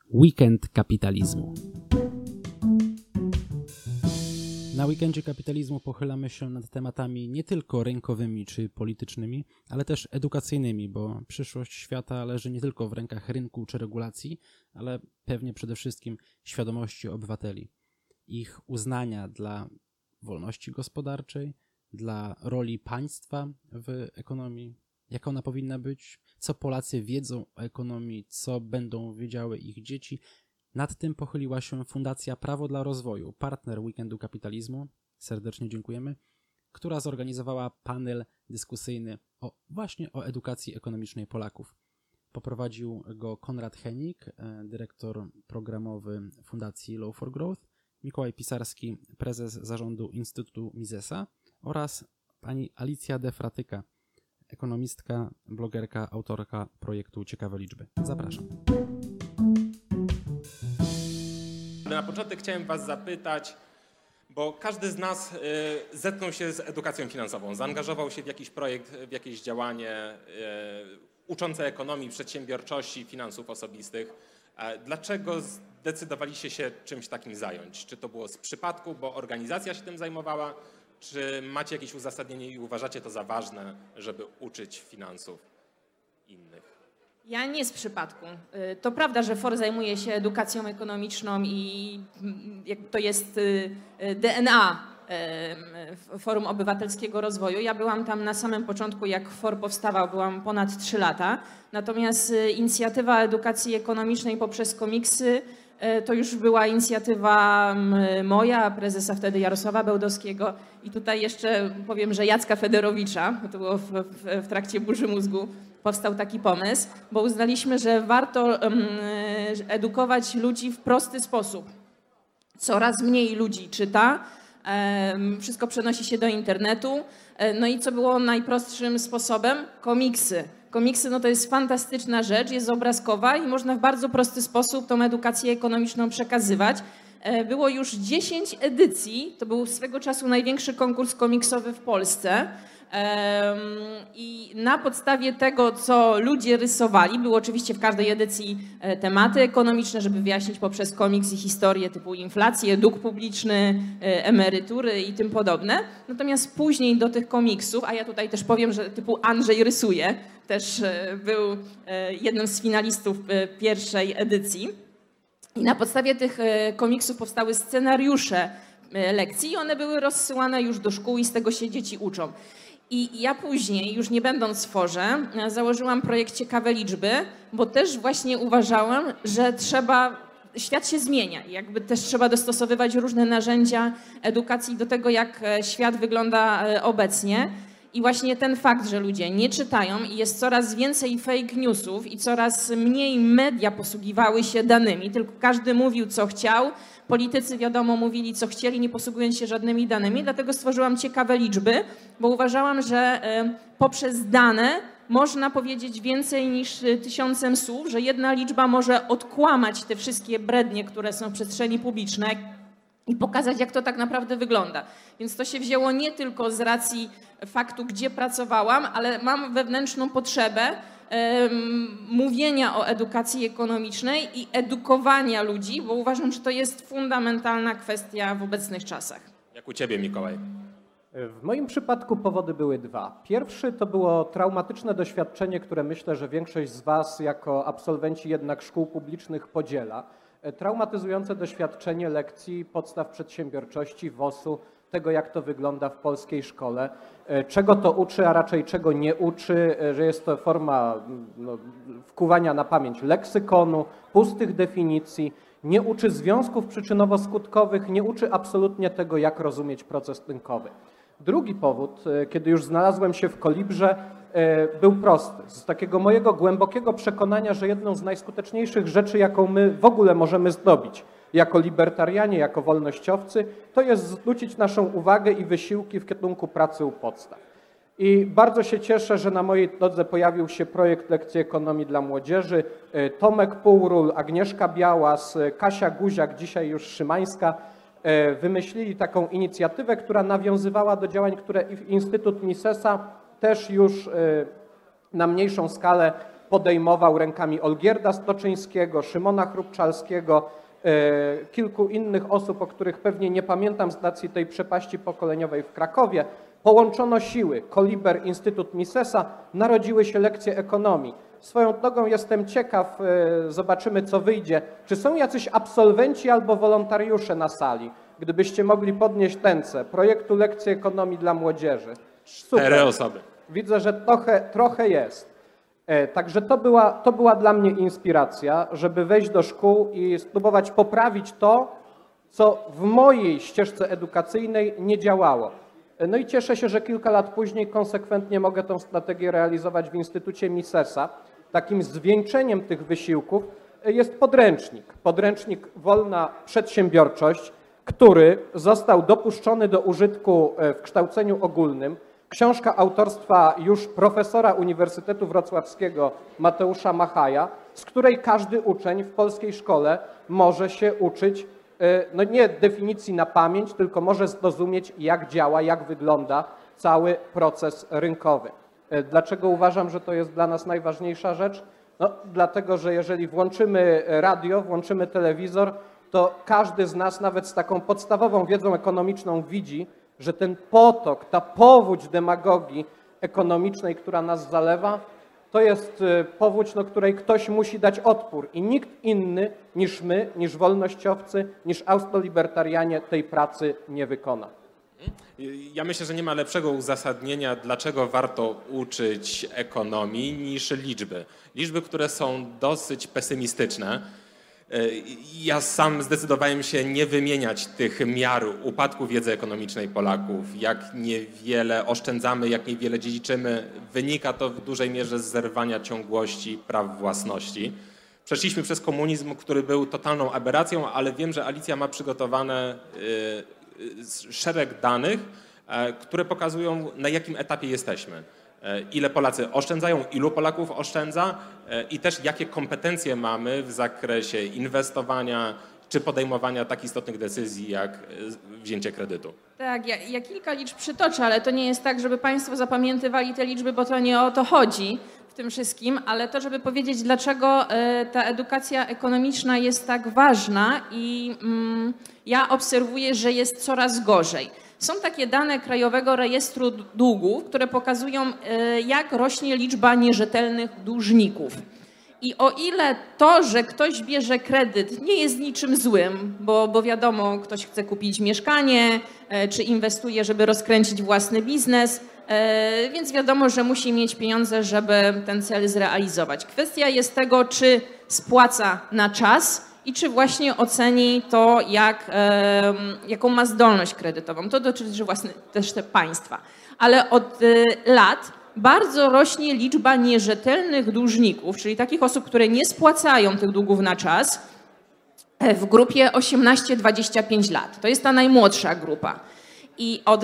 Weekend kapitalizmu. Na weekendzie kapitalizmu pochylamy się nad tematami nie tylko rynkowymi czy politycznymi, ale też edukacyjnymi, bo przyszłość świata leży nie tylko w rękach rynku czy regulacji, ale pewnie przede wszystkim świadomości obywateli, ich uznania dla wolności gospodarczej, dla roli państwa w ekonomii, jaka ona powinna być, co Polacy wiedzą o ekonomii, co będą wiedziały ich dzieci. Nad tym pochyliła się Fundacja Prawo dla Rozwoju, partner Weekendu Kapitalizmu, serdecznie dziękujemy, która zorganizowała panel dyskusyjny właśnie o edukacji ekonomicznej Polaków. Poprowadził go Konrad Henik, dyrektor programowy Fundacji Law for Growth, Mikołaj Pisarski, prezes zarządu Instytutu Misesa oraz pani Alicja De Fratyka, ekonomistka, blogerka, autorka projektu Ciekawe Liczby. Zapraszam. Na początek chciałem Was zapytać, bo każdy z nas zetknął się z edukacją finansową, zaangażował się w jakiś projekt, w jakieś działanie uczące ekonomii, przedsiębiorczości, finansów osobistych. Dlaczego zdecydowaliście się czymś takim zająć? Czy to było z przypadku, bo organizacja się tym zajmowała, czy macie jakieś uzasadnienie i uważacie to za ważne, żeby uczyć finansów innych? Ja nie z przypadku. To prawda, że FOR zajmuje się edukacją ekonomiczną i to jest DNA Forum Obywatelskiego Rozwoju. Ja byłam tam na samym początku, jak FOR powstawał, byłam ponad 3 lata. Natomiast inicjatywa edukacji ekonomicznej poprzez komiksy to już była inicjatywa moja, prezesa wtedy Jarosława Bełdowskiego i tutaj jeszcze powiem, że Jacka Federowicza, bo to było w trakcie burzy mózgu, powstał taki pomysł, bo uznaliśmy, że warto edukować ludzi w prosty sposób. Coraz mniej ludzi czyta, wszystko przenosi się do internetu. No i co było najprostszym sposobem? Komiksy. Komiksy to jest fantastyczna rzecz, jest obrazkowa i można w bardzo prosty sposób tą edukację ekonomiczną przekazywać. Było już 10 edycji, to był swego czasu największy konkurs komiksowy w Polsce. I na podstawie tego, co ludzie rysowali, były oczywiście w każdej edycji tematy ekonomiczne, żeby wyjaśnić poprzez komiks i historię typu inflację, dług publiczny, emerytury i tym podobne. Natomiast później do tych komiksów, a ja tutaj też powiem, że typu Andrzej rysuje, też był jednym z finalistów pierwszej edycji. I na podstawie tych komiksów powstały scenariusze lekcji i one były rozsyłane już do szkół i z tego się dzieci uczą. I ja później, już nie będąc w FOR-ze, założyłam projekt Ciekawe Liczby, bo też właśnie uważałam, że świat się zmienia i jakby też trzeba dostosowywać różne narzędzia edukacji do tego, jak świat wygląda obecnie. I właśnie ten fakt, że ludzie nie czytają i jest coraz więcej fake newsów i coraz mniej media posługiwały się danymi, tylko każdy mówił, co chciał. Politycy, wiadomo, mówili, co chcieli, nie posługując się żadnymi danymi, dlatego stworzyłam Ciekawe Liczby, bo uważałam, że poprzez dane można powiedzieć więcej niż 1000 słów, że jedna liczba może odkłamać te wszystkie brednie, które są w przestrzeni publicznej i pokazać, jak to tak naprawdę wygląda. Więc to się wzięło nie tylko z racji faktu, gdzie pracowałam, ale mam wewnętrzną potrzebę mówienia o edukacji ekonomicznej i edukowania ludzi, bo uważam, że to jest fundamentalna kwestia w obecnych czasach. Jak u Ciebie, Mikołaj? W moim przypadku powody były 2. Pierwszy to było traumatyczne doświadczenie, które myślę, że większość z Was jako absolwenci jednak szkół publicznych podziela. Traumatyzujące doświadczenie lekcji podstaw przedsiębiorczości, WOS-u, tego jak to wygląda w polskiej szkole, czego to uczy, a raczej czego nie uczy, że jest to forma wkuwania na pamięć leksykonu, pustych definicji, nie uczy związków przyczynowo-skutkowych, nie uczy absolutnie tego, jak rozumieć proces rynkowy. Drugi powód, kiedy już znalazłem się w Kolibrze, był prosty. Z takiego mojego głębokiego przekonania, że jedną z najskuteczniejszych rzeczy, jaką my w ogóle możemy zdobyć jako libertarianie, jako wolnościowcy, to jest zwrócić naszą uwagę i wysiłki w kierunku pracy u podstaw. I bardzo się cieszę, że na mojej drodze pojawił się projekt Lekcji Ekonomii dla Młodzieży. Tomek Półról, Agnieszka Białas, Kasia Guziak, dzisiaj już Szymańska, wymyślili taką inicjatywę, która nawiązywała do działań, które Instytut Misesa też już na mniejszą skalę podejmował rękami Olgierda Stoczyńskiego, Szymona Chrupczalskiego, kilku innych osób, o których pewnie nie pamiętam z racji tej przepaści pokoleniowej w Krakowie. Połączono siły, Koliber, Instytut Misesa, narodziły się lekcje ekonomii. Swoją drogą jestem ciekaw, zobaczymy co wyjdzie, czy są jacyś absolwenci albo wolontariusze na sali, gdybyście mogli podnieść ręce, projektu Lekcje Ekonomii dla Młodzieży. Super. 4 osoby. Widzę, że trochę jest. Także to była dla mnie inspiracja, żeby wejść do szkół i spróbować poprawić to, co w mojej ścieżce edukacyjnej nie działało. No i cieszę się, że kilka lat później konsekwentnie mogę tę strategię realizować w Instytucie Misesa. Takim zwieńczeniem tych wysiłków jest podręcznik Wolna Przedsiębiorczość, który został dopuszczony do użytku w kształceniu ogólnym. Książka autorstwa już profesora Uniwersytetu Wrocławskiego Mateusza Machaja, z której każdy uczeń w polskiej szkole może się uczyć, no nie definicji na pamięć, tylko może zrozumieć, jak działa, jak wygląda cały proces rynkowy. Dlaczego uważam, że to jest dla nas najważniejsza rzecz? No, dlatego, że jeżeli włączymy radio, włączymy telewizor, to każdy z nas nawet z taką podstawową wiedzą ekonomiczną widzi, że ten potok, ta powódź demagogii ekonomicznej, która nas zalewa, to jest powódź, której ktoś musi dać odpór i nikt inny niż my, niż wolnościowcy, niż austro-libertarianie tej pracy nie wykona. Ja myślę, że nie ma lepszego uzasadnienia, dlaczego warto uczyć ekonomii niż liczby. Liczby, które są dosyć pesymistyczne. Ja sam zdecydowałem się nie wymieniać tych miar upadku wiedzy ekonomicznej Polaków. Jak niewiele oszczędzamy, jak niewiele dziedziczymy, wynika to w dużej mierze z zerwania ciągłości praw własności. Przeszliśmy przez komunizm, który był totalną aberracją, ale wiem, że Alicja ma przygotowane szereg danych, które pokazują, na jakim etapie jesteśmy. Ile Polacy oszczędzają, ilu Polaków oszczędza i też jakie kompetencje mamy w zakresie inwestowania czy podejmowania tak istotnych decyzji jak wzięcie kredytu. Tak, ja kilka liczb przytoczę, ale to nie jest tak, żeby Państwo zapamiętywali te liczby, bo to nie o to chodzi w tym wszystkim, ale to, żeby powiedzieć, dlaczego ta edukacja ekonomiczna jest tak ważna i ja obserwuję, że jest coraz gorzej. Są takie dane Krajowego Rejestru Długów, które pokazują, jak rośnie liczba nierzetelnych dłużników. I o ile to, że ktoś bierze kredyt, nie jest niczym złym, bo wiadomo, ktoś chce kupić mieszkanie, czy inwestuje, żeby rozkręcić własny biznes, więc wiadomo, że musi mieć pieniądze, żeby ten cel zrealizować. Kwestia jest tego, czy spłaca na czas i czy właśnie oceni to, jaką ma zdolność kredytową. To dotyczy też państwa. Ale od lat bardzo rośnie liczba nierzetelnych dłużników, czyli takich osób, które nie spłacają tych długów na czas w grupie 18-25 lat. To jest ta najmłodsza grupa. I od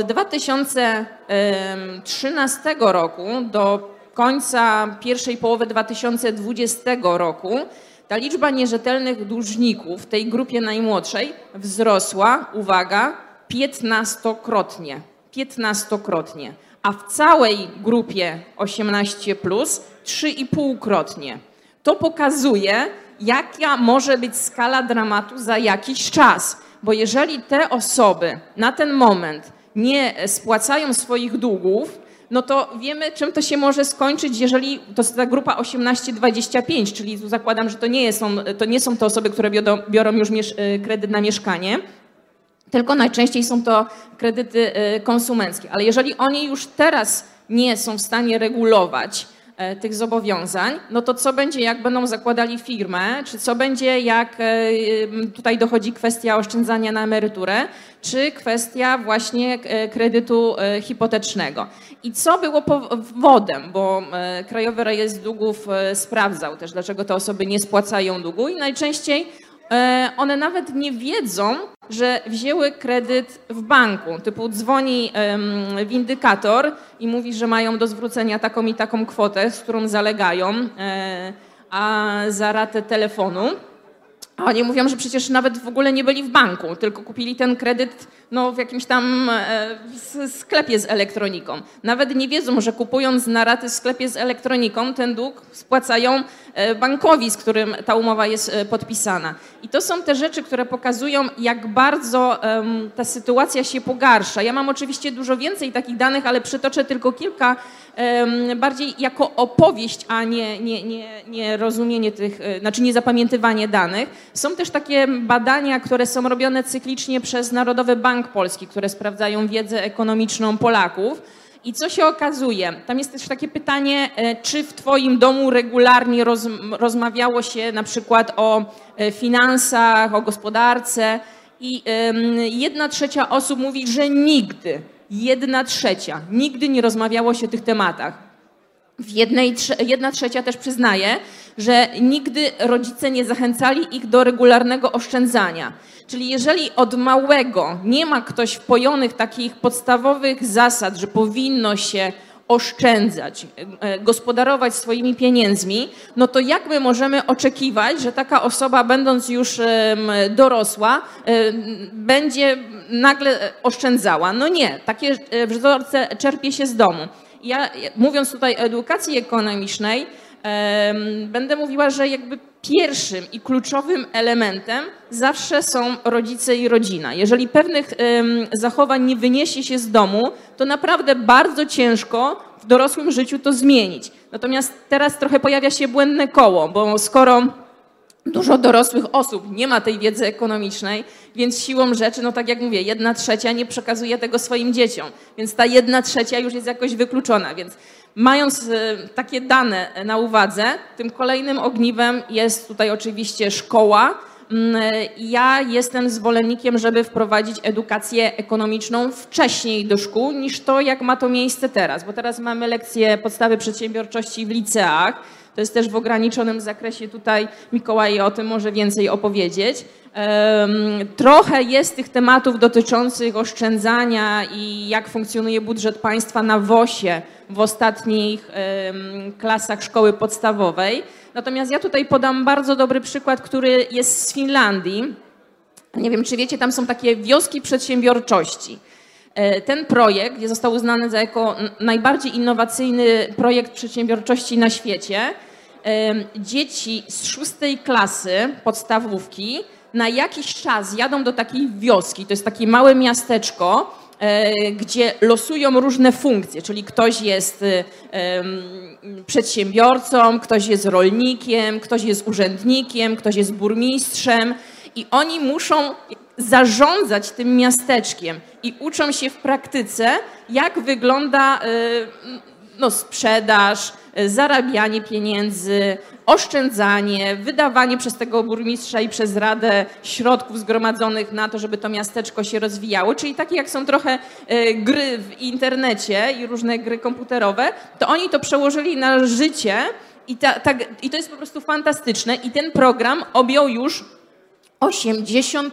2013 roku do końca pierwszej połowy 2020 roku ta liczba nierzetelnych dłużników w tej grupie najmłodszej wzrosła, uwaga, 15-krotnie. 15-krotnie. A w całej grupie 18+, 3,5-krotnie. To pokazuje, jaka może być skala dramatu za jakiś czas. Bo jeżeli te osoby na ten moment nie spłacają swoich długów, no to wiemy, czym to się może skończyć, jeżeli to jest ta grupa 18-25, czyli tu zakładam, że to nie są te osoby, które biorą już kredyt na mieszkanie, tylko najczęściej są to kredyty konsumenckie. Ale jeżeli oni już teraz nie są w stanie regulować tych zobowiązań, no to co będzie, jak będą zakładali firmę, czy co będzie, jak tutaj dochodzi kwestia oszczędzania na emeryturę, czy kwestia właśnie kredytu hipotecznego. I co było powodem, bo Krajowy Rejestr Długów sprawdzał też, dlaczego te osoby nie spłacają długu i najczęściej one nawet nie wiedzą, że wzięły kredyt w banku. Typu dzwoni windykator i mówi, że mają do zwrócenia taką i taką kwotę, z którą zalegają, a za ratę telefonu. A oni mówią, że przecież nawet w ogóle nie byli w banku, tylko kupili ten kredyt w jakimś tam sklepie z elektroniką. Nawet nie wiedzą, że kupując na raty w sklepie z elektroniką, ten dług spłacają bankowi, z którym ta umowa jest podpisana. I to są te rzeczy, które pokazują, jak bardzo ta sytuacja się pogarsza. Ja mam oczywiście dużo więcej takich danych, ale przytoczę tylko kilka bardziej jako opowieść, a nie rozumienie tych, znaczy nie zapamiętywanie danych. Są też takie badania, które są robione cyklicznie przez Narodowy Bank Polski, które sprawdzają wiedzę ekonomiczną Polaków. I co się okazuje? Tam jest też takie pytanie, czy w twoim domu regularnie rozmawiało się na przykład o finansach, o gospodarce i 1/3 osób mówi, że nigdy. 1/3. Nigdy nie rozmawiało się o tych tematach. 1/3 też przyznaje, że nigdy rodzice nie zachęcali ich do regularnego oszczędzania. Czyli jeżeli od małego nie ma ktoś wpojonych takich podstawowych zasad, że powinno się oszczędzać, gospodarować swoimi pieniędzmi, no to jak my możemy oczekiwać, że taka osoba, będąc już dorosła, będzie nagle oszczędzała? No nie, takie wzorce czerpie się z domu. Ja, mówiąc tutaj o edukacji ekonomicznej, będę mówiła, że jakby pierwszym i kluczowym elementem zawsze są rodzice i rodzina. Jeżeli pewnych zachowań nie wyniesie się z domu, to naprawdę bardzo ciężko w dorosłym życiu to zmienić. Natomiast teraz trochę pojawia się błędne koło, bo skoro dużo dorosłych osób nie ma tej wiedzy ekonomicznej, więc siłą rzeczy, no tak jak mówię, 1/3 nie przekazuje tego swoim dzieciom, więc ta 1/3 już jest jakoś wykluczona, więc mając takie dane na uwadze, tym kolejnym ogniwem jest tutaj oczywiście szkoła. Ja jestem zwolennikiem, żeby wprowadzić edukację ekonomiczną wcześniej do szkół niż to, jak ma to miejsce teraz, bo teraz mamy lekcje podstawy przedsiębiorczości w liceach. To jest też w ograniczonym zakresie, tutaj Mikołaj o tym może więcej opowiedzieć. Trochę jest tych tematów dotyczących oszczędzania i jak funkcjonuje budżet państwa na WOŚ-ie w ostatnich klasach szkoły podstawowej. Natomiast ja tutaj podam bardzo dobry przykład, który jest z Finlandii. Nie wiem, czy wiecie, tam są takie wioski przedsiębiorczości. Ten projekt został uznany za jako najbardziej innowacyjny projekt przedsiębiorczości na świecie. Dzieci z 6. klasy podstawówki na jakiś czas jadą do takiej wioski, to jest takie małe miasteczko, gdzie losują różne funkcje, czyli ktoś jest przedsiębiorcą, ktoś jest rolnikiem, ktoś jest urzędnikiem, ktoś jest burmistrzem i oni muszą zarządzać tym miasteczkiem i uczą się w praktyce, jak wygląda sprzedaż, zarabianie pieniędzy, oszczędzanie, wydawanie przez tego burmistrza i przez radę środków zgromadzonych na to, żeby to miasteczko się rozwijało. Czyli takie jak są trochę gry w internecie i różne gry komputerowe, to oni to przełożyli na życie i to jest po prostu fantastyczne. I ten program objął już 80%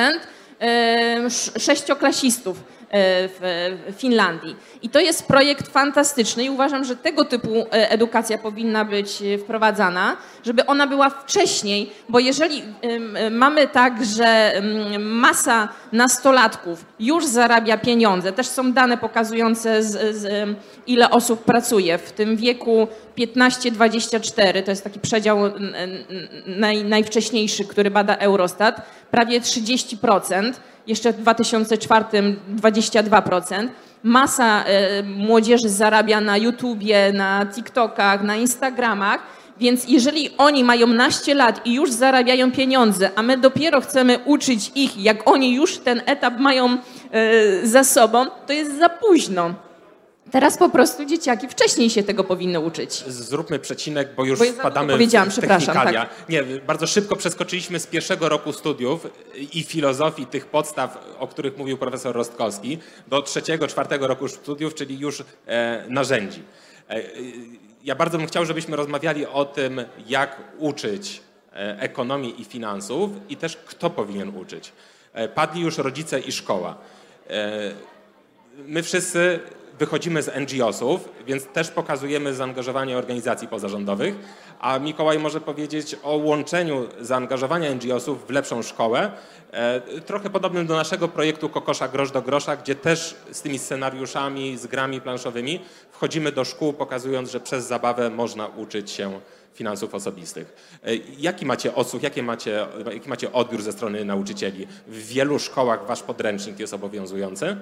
sześcioklasistów w Finlandii. I to jest projekt fantastyczny i uważam, że tego typu edukacja powinna być wprowadzana, żeby ona była wcześniej, bo jeżeli mamy tak, że masa nastolatków już zarabia pieniądze, też są dane pokazujące ile osób pracuje w tym wieku 15-24, to jest taki przedział najwcześniejszy, który bada Eurostat, prawie 30%, jeszcze w 2004 22%. Masa młodzieży zarabia na YouTubie, na TikTokach, na Instagramach, więc jeżeli oni mają naście lat i już zarabiają pieniądze, a my dopiero chcemy uczyć ich, jak oni już ten etap mają za sobą, to jest za późno. Teraz po prostu dzieciaki wcześniej się tego powinny uczyć. Zróbmy przecinek, bo już wpadamy w technikalia. Tak. Nie, bardzo szybko przeskoczyliśmy z pierwszego roku studiów i filozofii tych podstaw, o których mówił profesor Rostkowski, do 3., 4. roku studiów, czyli już narzędzi. Ja bardzo bym chciał, żebyśmy rozmawiali o tym, jak uczyć ekonomii i finansów i też kto powinien uczyć. Padli już rodzice i szkoła. My wszyscy wychodzimy z NGO-sów, więc też pokazujemy zaangażowanie organizacji pozarządowych, a Mikołaj może powiedzieć o łączeniu zaangażowania NGO-sów w lepszą szkołę, trochę podobnym do naszego projektu Kokosza Grosz do Grosza, gdzie też z tymi scenariuszami, z grami planszowymi wchodzimy do szkół, pokazując, że przez zabawę można uczyć się finansów osobistych. Jaki macie odsłuch, jaki macie odbiór ze strony nauczycieli? W wielu szkołach wasz podręcznik jest obowiązujący?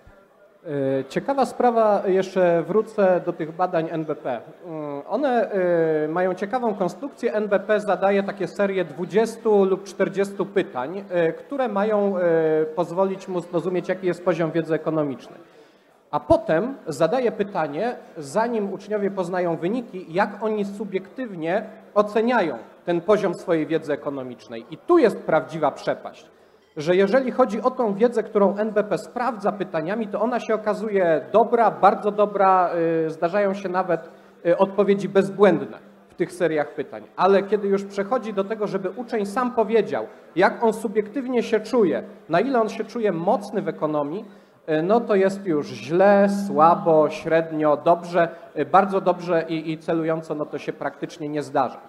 Ciekawa sprawa, jeszcze wrócę do tych badań NBP. One mają ciekawą konstrukcję. NBP zadaje takie serie 20 lub 40 pytań, które mają pozwolić mu zrozumieć, jaki jest poziom wiedzy ekonomicznej. A potem zadaje pytanie, zanim uczniowie poznają wyniki, jak oni subiektywnie oceniają ten poziom swojej wiedzy ekonomicznej. I tu jest prawdziwa przepaść, że jeżeli chodzi o tą wiedzę, którą NBP sprawdza pytaniami, to ona się okazuje dobra, bardzo dobra, zdarzają się nawet odpowiedzi bezbłędne w tych seriach pytań. Ale kiedy już przechodzi do tego, żeby uczeń sam powiedział, jak on subiektywnie się czuje, na ile on się czuje mocny w ekonomii, no to jest już źle, słabo, średnio, dobrze, bardzo dobrze i celująco, no to się praktycznie nie zdarza.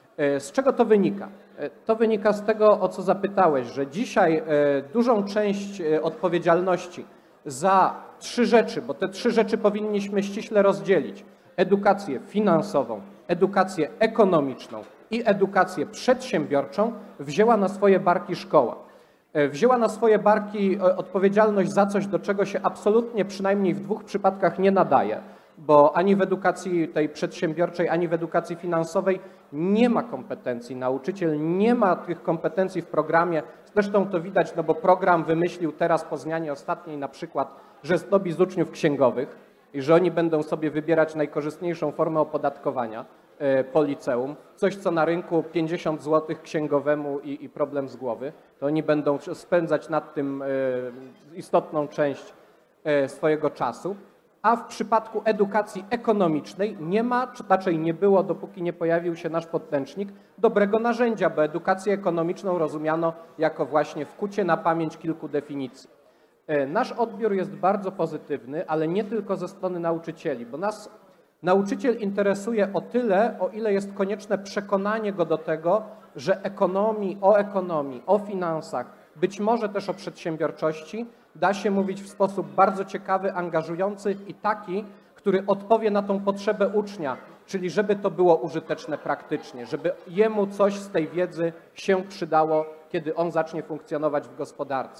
Z czego to wynika? To wynika z tego, o co zapytałeś, że dzisiaj dużą część odpowiedzialności za 3 rzeczy, bo te 3 rzeczy powinniśmy ściśle rozdzielić: edukację finansową, edukację ekonomiczną i edukację przedsiębiorczą, wzięła na swoje barki szkoła. Wzięła na swoje barki odpowiedzialność za coś, do czego się absolutnie, przynajmniej w 2 przypadkach, nie nadaje, bo ani w edukacji tej przedsiębiorczej, ani w edukacji finansowej nie ma kompetencji. Nauczyciel nie ma tych kompetencji w programie. Zresztą to widać, no bo program wymyślił teraz po zmianie ostatniej na przykład, że zdobi z uczniów księgowych i że oni będą sobie wybierać najkorzystniejszą formę opodatkowania po liceum. Coś, co na rynku 50 zł księgowemu i problem z głowy. To oni będą spędzać nad tym istotną część swojego czasu. A w przypadku edukacji ekonomicznej nie ma, czy raczej nie było, dopóki nie pojawił się nasz podręcznik, dobrego narzędzia, bo edukację ekonomiczną rozumiano jako właśnie wkucie na pamięć kilku definicji. Nasz odbiór jest bardzo pozytywny, ale nie tylko ze strony nauczycieli, bo nas nauczyciel interesuje o tyle, o ile jest konieczne przekonanie go do tego, że ekonomii, o finansach, być może też o przedsiębiorczości da się mówić w sposób bardzo ciekawy, angażujący i taki, który odpowie na tą potrzebę ucznia, czyli żeby to było użyteczne praktycznie, żeby jemu coś z tej wiedzy się przydało, kiedy on zacznie funkcjonować w gospodarce.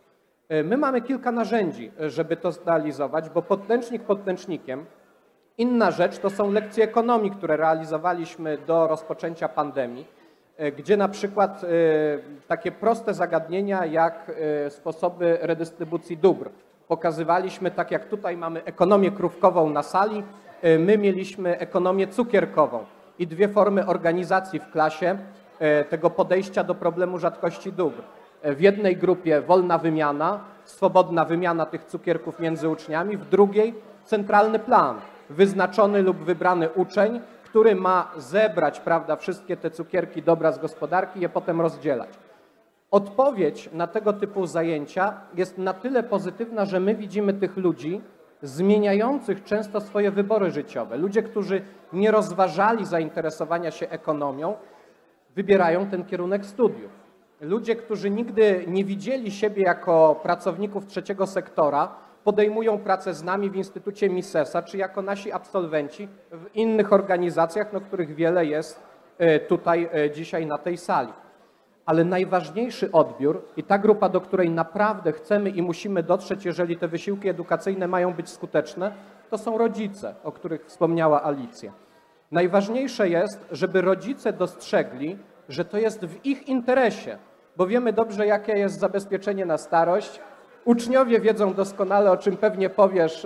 My mamy kilka narzędzi, żeby to zrealizować, bo podręcznik podręcznikiem. Inna rzecz to są lekcje ekonomii, które realizowaliśmy do rozpoczęcia pandemii, gdzie na przykład takie proste zagadnienia jak sposoby redystrybucji dóbr pokazywaliśmy, tak jak tutaj mamy ekonomię krówkową na sali, my mieliśmy ekonomię cukierkową i 2 formy organizacji w klasie tego podejścia do problemu rzadkości dóbr. W jednej grupie wolna wymiana, swobodna wymiana tych cukierków między uczniami, w drugiej centralny plan, wyznaczony lub wybrany uczeń, który ma zebrać, prawda, wszystkie te cukierki, dobra z gospodarki i je potem rozdzielać. Odpowiedź na tego typu zajęcia jest na tyle pozytywna, że my widzimy tych ludzi zmieniających często swoje wybory życiowe. Ludzie, którzy nie rozważali zainteresowania się ekonomią, wybierają ten kierunek studiów. Ludzie, którzy nigdy nie widzieli siebie jako pracowników trzeciego sektora, podejmują pracę z nami w Instytucie Misesa, czy jako nasi absolwenci w innych organizacjach, no, których wiele jest tutaj dzisiaj na tej sali. Ale najważniejszy odbiór i ta grupa, do której naprawdę chcemy i musimy dotrzeć, jeżeli te wysiłki edukacyjne mają być skuteczne, to są rodzice, o których wspomniała Alicja. Najważniejsze jest, żeby rodzice dostrzegli, że to jest w ich interesie, bo wiemy dobrze, jakie jest zabezpieczenie na starość. Uczniowie wiedzą doskonale, o czym pewnie powiesz,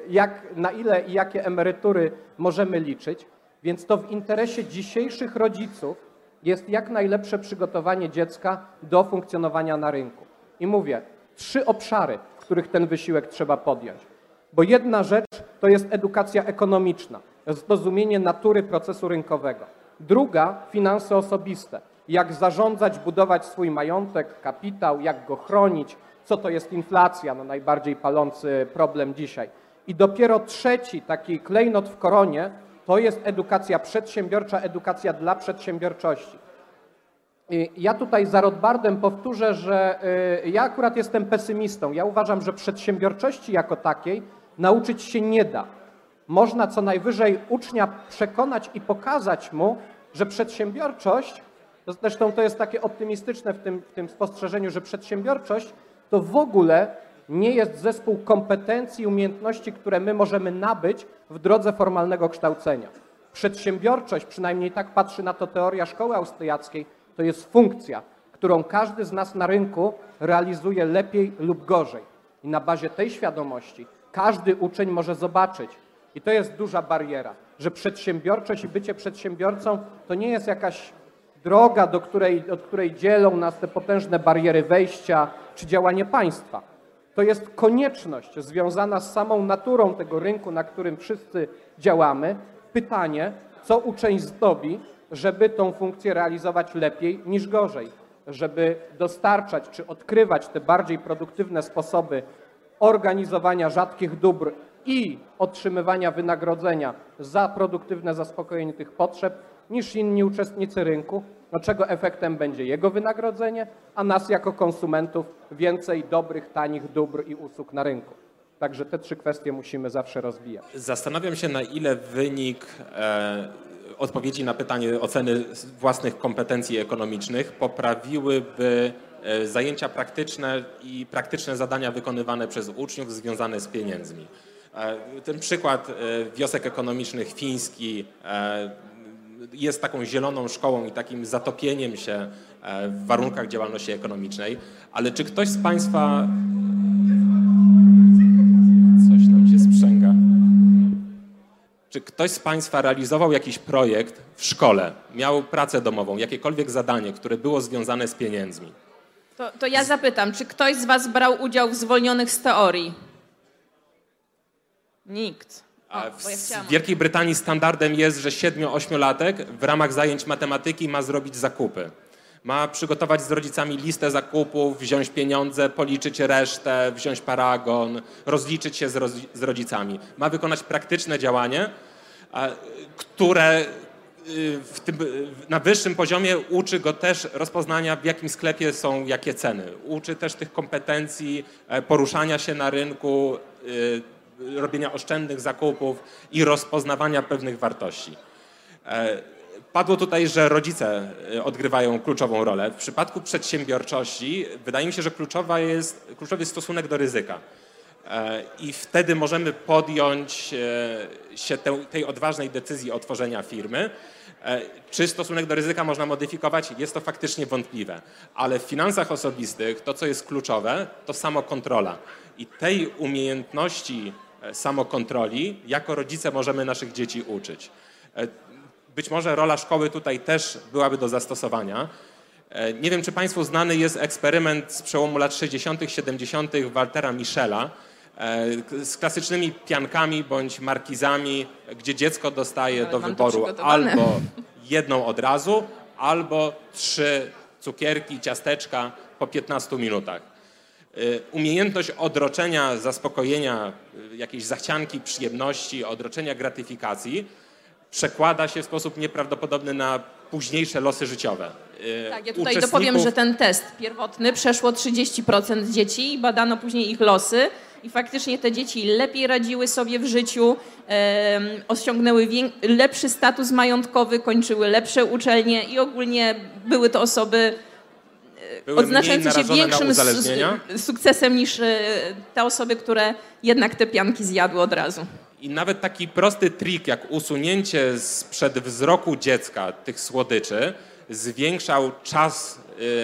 na ile i jakie emerytury możemy liczyć, więc to w interesie dzisiejszych rodziców jest jak najlepsze przygotowanie dziecka do funkcjonowania na rynku. I mówię, 3 obszary, w których ten wysiłek trzeba podjąć. Bo jedna rzecz to jest edukacja ekonomiczna, zrozumienie natury procesu rynkowego. Druga, finanse osobiste. Jak zarządzać, budować swój majątek, kapitał, jak go chronić, co to jest inflacja, no najbardziej palący problem dzisiaj. I dopiero trzeci taki klejnot w koronie to jest edukacja przedsiębiorcza, edukacja dla przedsiębiorczości. I ja tutaj za Rothbardem powtórzę, że ja akurat jestem pesymistą. Ja uważam, że przedsiębiorczości jako takiej nauczyć się nie da. Można co najwyżej ucznia przekonać i pokazać mu, że przedsiębiorczość, zresztą to jest takie optymistyczne w tym spostrzeżeniu, że przedsiębiorczość to w ogóle nie jest zespół kompetencji i umiejętności, które my możemy nabyć w drodze formalnego kształcenia. Przedsiębiorczość, przynajmniej tak patrzy na to teoria szkoły austriackiej, to jest funkcja, którą każdy z nas na rynku realizuje lepiej lub gorzej. I na bazie tej świadomości każdy uczeń może zobaczyć, i to jest duża bariera, że przedsiębiorczość i bycie przedsiębiorcą to nie jest jakaś droga, od której dzielą nas te potężne bariery wejścia czy działanie państwa. To jest konieczność związana z samą naturą tego rynku, na którym wszyscy działamy. Pytanie, co uczeń zdobi, żeby tą funkcję realizować lepiej niż gorzej, żeby dostarczać czy odkrywać te bardziej produktywne sposoby organizowania rzadkich dóbr i otrzymywania wynagrodzenia za produktywne zaspokojenie tych potrzeb niż inni uczestnicy rynku, czego efektem będzie jego wynagrodzenie, a nas jako konsumentów więcej dobrych, tanich dóbr i usług na rynku. Także te trzy kwestie musimy zawsze rozwijać. Zastanawiam się, na ile wynik odpowiedzi na pytanie oceny własnych kompetencji ekonomicznych poprawiłyby zajęcia praktyczne i praktyczne zadania wykonywane przez uczniów związane z pieniędzmi. Ten przykład wiosek ekonomicznych fiński jest taką zieloną szkołą i takim zatopieniem się w warunkach działalności ekonomicznej, ale czy ktoś z Państwa... Coś nam się sprzęga. Czy ktoś z Państwa realizował jakiś projekt w szkole, miał pracę domową, jakiekolwiek zadanie, które było związane z pieniędzmi? To ja zapytam, czy ktoś z Was brał udział w zwolnionych z teorii? Nikt. W Wielkiej Brytanii standardem jest, że 7-8-latek w ramach zajęć matematyki ma zrobić zakupy. Ma przygotować z rodzicami listę zakupów, wziąć pieniądze, policzyć resztę, wziąć paragon, rozliczyć się z rodzicami. Ma wykonać praktyczne działanie, które na wyższym poziomie uczy go też rozpoznania, w jakim sklepie są jakie ceny. Uczy też tych kompetencji poruszania się na rynku, robienia oszczędnych zakupów i rozpoznawania pewnych wartości. Padło tutaj, że rodzice odgrywają kluczową rolę. W przypadku przedsiębiorczości wydaje mi się, że kluczowy jest stosunek do ryzyka. I wtedy możemy podjąć się tej odważnej decyzji otworzenia firmy. Czy stosunek do ryzyka można modyfikować? Jest to faktycznie wątpliwe. Ale w finansach osobistych to, co jest kluczowe, to samokontrola. I tej umiejętności samokontroli jako rodzice możemy naszych dzieci uczyć. Być może rola szkoły tutaj też byłaby do zastosowania. Nie wiem, czy Państwu znany jest eksperyment z przełomu lat 60., 70. Waltera Michela z klasycznymi piankami bądź markizami, gdzie dziecko dostaje do wyboru albo jedną od razu, albo 3 cukierki, ciasteczka po 15 minutach. Umiejętność odroczenia, zaspokojenia jakiejś zachcianki, przyjemności, odroczenia gratyfikacji przekłada się w sposób nieprawdopodobny na późniejsze losy życiowe. Tak, ja tutaj dopowiem, że ten test pierwotny przeszło 30% dzieci i badano później ich losy i faktycznie te dzieci lepiej radziły sobie w życiu, osiągnęły lepszy status majątkowy, kończyły lepsze uczelnie i ogólnie były to osoby odznaczające się większym sukcesem niż te osoby, które jednak te pianki zjadły od razu. I nawet taki prosty trik, jak usunięcie sprzed wzroku dziecka tych słodyczy, zwiększał czas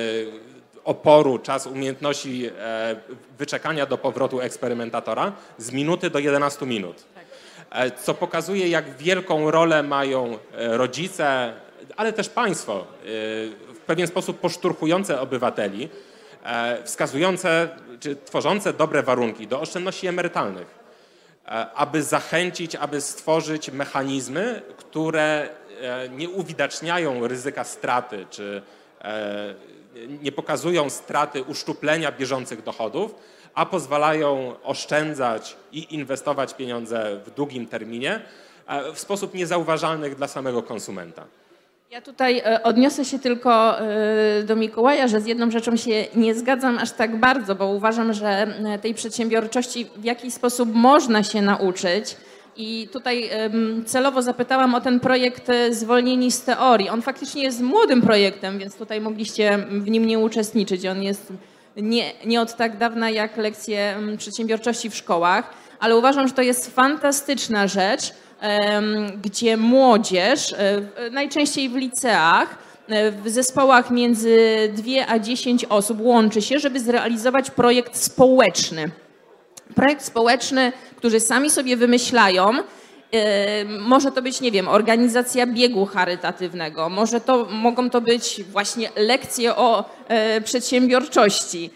oporu, czas umiejętności wyczekania do powrotu eksperymentatora z minuty do 11 minut. Co pokazuje, jak wielką rolę mają rodzice, ale też państwo, w pewien sposób poszturchujące obywateli, wskazujące czy tworzące dobre warunki do oszczędności emerytalnych, aby zachęcić, aby stworzyć mechanizmy, które nie uwidaczniają ryzyka straty czy nie pokazują straty uszczuplenia bieżących dochodów, a pozwalają oszczędzać i inwestować pieniądze w długim terminie w sposób niezauważalny dla samego konsumenta. Ja tutaj odniosę się tylko do Mikołaja, że z jedną rzeczą się nie zgadzam aż tak bardzo, bo uważam, że tej przedsiębiorczości w jakiś sposób można się nauczyć. I tutaj celowo zapytałam o ten projekt Zwolnieni z teorii. On faktycznie jest młodym projektem, więc tutaj mogliście w nim nie uczestniczyć. On jest nie od tak dawna jak lekcje przedsiębiorczości w szkołach, ale uważam, że to jest fantastyczna rzecz, gdzie młodzież, najczęściej w liceach, w zespołach między 2 a 10 osób łączy się, żeby zrealizować projekt społeczny. Projekt społeczny, który sami sobie wymyślają. Może to być, nie wiem, organizacja biegu charytatywnego, mogą to być właśnie lekcje o przedsiębiorczości,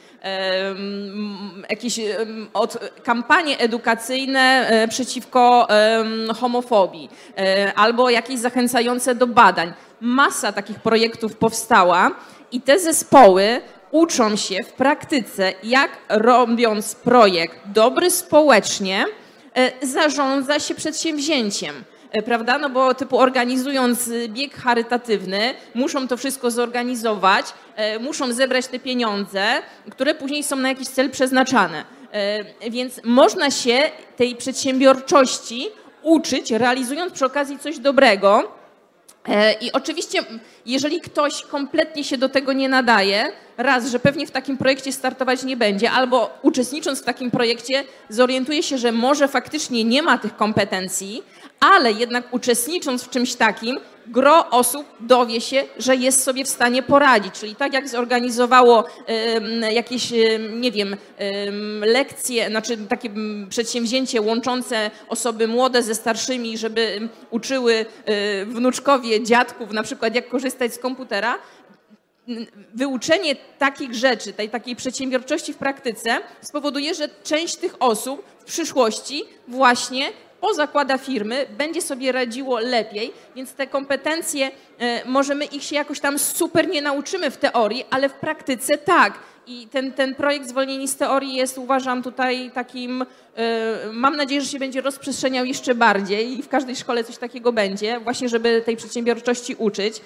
jakieś kampanie edukacyjne przeciwko homofobii albo jakieś zachęcające do badań. Masa takich projektów powstała i te zespoły uczą się w praktyce, jak robiąc projekt dobry społecznie, zarządza się przedsięwzięciem. Prawda? No bo typu organizując bieg charytatywny, muszą to wszystko zorganizować, muszą zebrać te pieniądze, które później są na jakiś cel przeznaczane. Więc można się tej przedsiębiorczości uczyć, realizując przy okazji coś dobrego. I oczywiście, jeżeli ktoś kompletnie się do tego nie nadaje, raz, że pewnie w takim projekcie startować nie będzie, albo uczestnicząc w takim projekcie zorientuje się, że może faktycznie nie ma tych kompetencji, ale jednak uczestnicząc w czymś takim, gro osób dowie się, że jest sobie w stanie poradzić. Czyli tak jak zorganizowało jakieś, nie wiem, lekcje, znaczy takie przedsięwzięcie łączące osoby młode ze starszymi, żeby uczyły wnuczkowie dziadków na przykład jak korzystać z komputera. Wyuczenie takich rzeczy, tej takiej przedsiębiorczości w praktyce spowoduje, że część tych osób w przyszłości właśnie pozakłada firmy, będzie sobie radziło lepiej, więc te kompetencje, może my ich się jakoś tam super nie nauczymy w teorii, ale w praktyce tak. I ten projekt Zwolnieni z teorii jest, uważam, tutaj takim, mam nadzieję, że się będzie rozprzestrzeniał jeszcze bardziej i w każdej szkole coś takiego będzie, właśnie żeby tej przedsiębiorczości uczyć.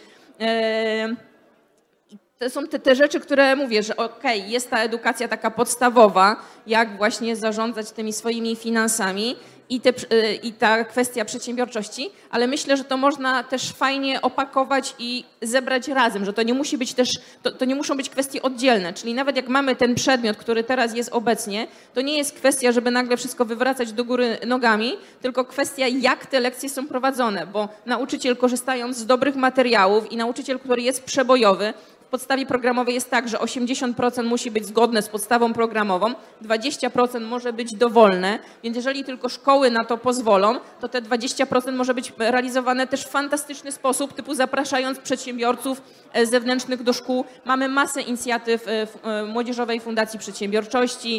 To są te rzeczy, które mówię, że okej, jest ta edukacja taka podstawowa, jak właśnie zarządzać tymi swoimi finansami i ta kwestia przedsiębiorczości, ale myślę, że to można też fajnie opakować i zebrać razem, że to nie musi być też, to nie muszą być kwestie oddzielne, czyli nawet jak mamy ten przedmiot, który teraz jest obecnie, to nie jest kwestia, żeby nagle wszystko wywracać do góry nogami, tylko kwestia, jak te lekcje są prowadzone, bo nauczyciel, korzystając z dobrych materiałów i nauczyciel, który jest przebojowy, w podstawie programowej jest tak, że 80% musi być zgodne z podstawą programową, 20% może być dowolne, więc jeżeli tylko szkoły na to pozwolą, to te 20% może być realizowane też w fantastyczny sposób, typu zapraszając przedsiębiorców zewnętrznych do szkół. Mamy masę inicjatyw Młodzieżowej Fundacji Przedsiębiorczości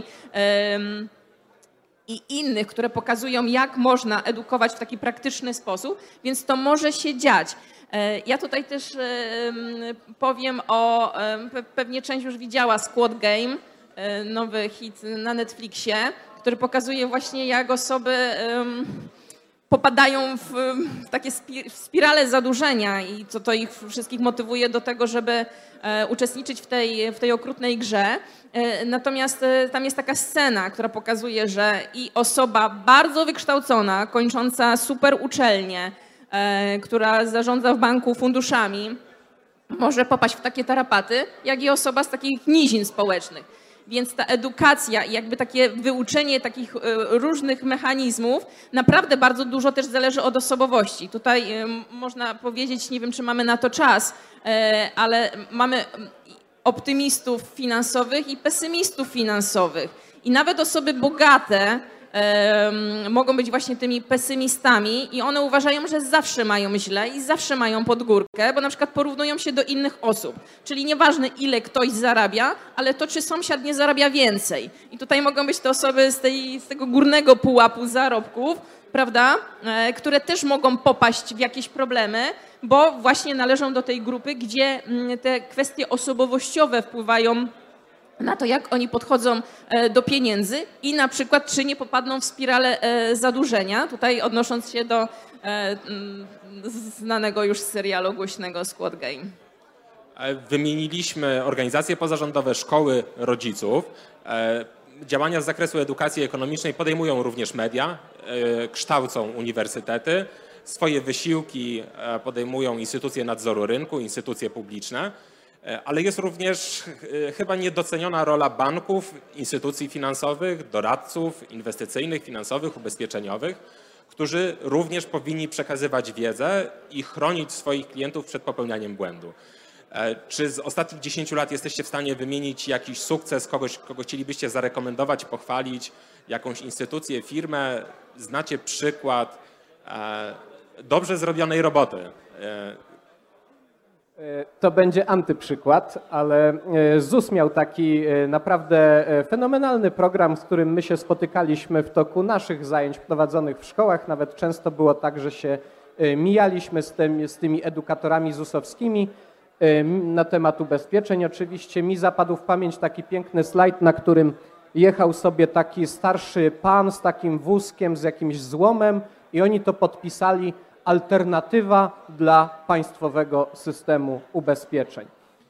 i innych, które pokazują, jak można edukować w taki praktyczny sposób, więc to może się dziać. Ja tutaj też powiem o, pewnie część już widziała Squad Game, nowy hit na Netflixie, który pokazuje właśnie, jak osoby popadają w takie spirale zadłużenia i to ich wszystkich motywuje do tego, żeby uczestniczyć w tej okrutnej grze. Natomiast tam jest taka scena, która pokazuje, że i osoba bardzo wykształcona, kończąca super uczelnię, która zarządza w banku funduszami, może popaść w takie tarapaty, jak i osoba z takich nizin społecznych. Więc ta edukacja i jakby takie wyuczenie takich różnych mechanizmów naprawdę bardzo dużo też zależy od osobowości. Tutaj można powiedzieć, nie wiem, czy mamy na to czas, ale mamy optymistów finansowych i pesymistów finansowych. I nawet osoby bogate mogą być właśnie tymi pesymistami i one uważają, że zawsze mają źle i zawsze mają pod górkę, bo na przykład porównują się do innych osób. Czyli nieważne, ile ktoś zarabia, ale to, czy sąsiad nie zarabia więcej. I tutaj mogą być te osoby z tego górnego pułapu zarobków prawda, które też mogą popaść w jakieś problemy, bo właśnie należą do tej grupy, gdzie te kwestie osobowościowe wpływają na to, jak oni podchodzą do pieniędzy i na przykład, czy nie popadną w spiralę zadłużenia. Tutaj odnosząc się do znanego już serialu głośnego Squid Game. Wymieniliśmy organizacje pozarządowe, szkoły, rodziców. Działania z zakresu edukacji ekonomicznej podejmują również media, kształcą uniwersytety. Swoje wysiłki podejmują instytucje nadzoru rynku, instytucje publiczne, ale jest również chyba niedoceniona rola banków, instytucji finansowych, doradców inwestycyjnych, finansowych, ubezpieczeniowych, którzy również powinni przekazywać wiedzę i chronić swoich klientów przed popełnianiem błędu. Czy z ostatnich 10 lat jesteście w stanie wymienić jakiś sukces, kogoś, kogo chcielibyście zarekomendować, pochwalić, jakąś instytucję, firmę? Znacie przykład dobrze zrobionej roboty? To będzie antyprzykład, ale ZUS miał taki naprawdę fenomenalny program, z którym my się spotykaliśmy w toku naszych zajęć prowadzonych w szkołach. Nawet często było tak, że się mijaliśmy z tymi edukatorami ZUS-owskimi na temat ubezpieczeń. Oczywiście mi zapadł w pamięć taki piękny slajd, na którym jechał sobie taki starszy pan z takim wózkiem, z jakimś złomem i oni to podpisali: alternatywa dla państwowego systemu ubezpieczeń.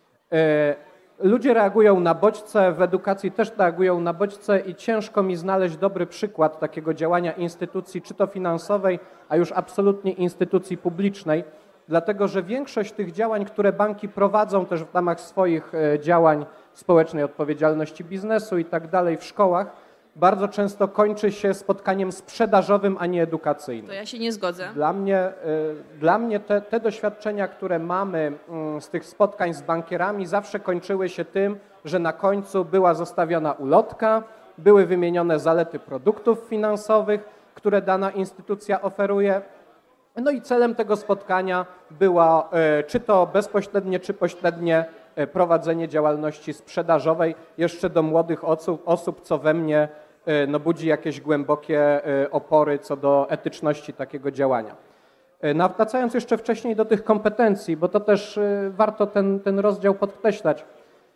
Ludzie reagują na bodźce, w edukacji też reagują na bodźce i ciężko mi znaleźć dobry przykład takiego działania instytucji, czy to finansowej, a już absolutnie instytucji publicznej, dlatego że większość tych działań, które banki prowadzą też w ramach swoich działań społecznej odpowiedzialności biznesu i tak dalej w szkołach, bardzo często kończy się spotkaniem sprzedażowym, a nie edukacyjnym. To ja się nie zgodzę. Dla mnie te doświadczenia, które mamy z tych spotkań z bankierami, zawsze kończyły się tym, że na końcu była zostawiona ulotka, były wymienione zalety produktów finansowych, które dana instytucja oferuje. No i celem tego spotkania była czy to bezpośrednie, czy pośrednie prowadzenie działalności sprzedażowej jeszcze do młodych osób, co we mnie budzi jakieś głębokie opory co do etyczności takiego działania. Wracając jeszcze wcześniej do tych kompetencji, bo to też warto ten rozdział podkreślać.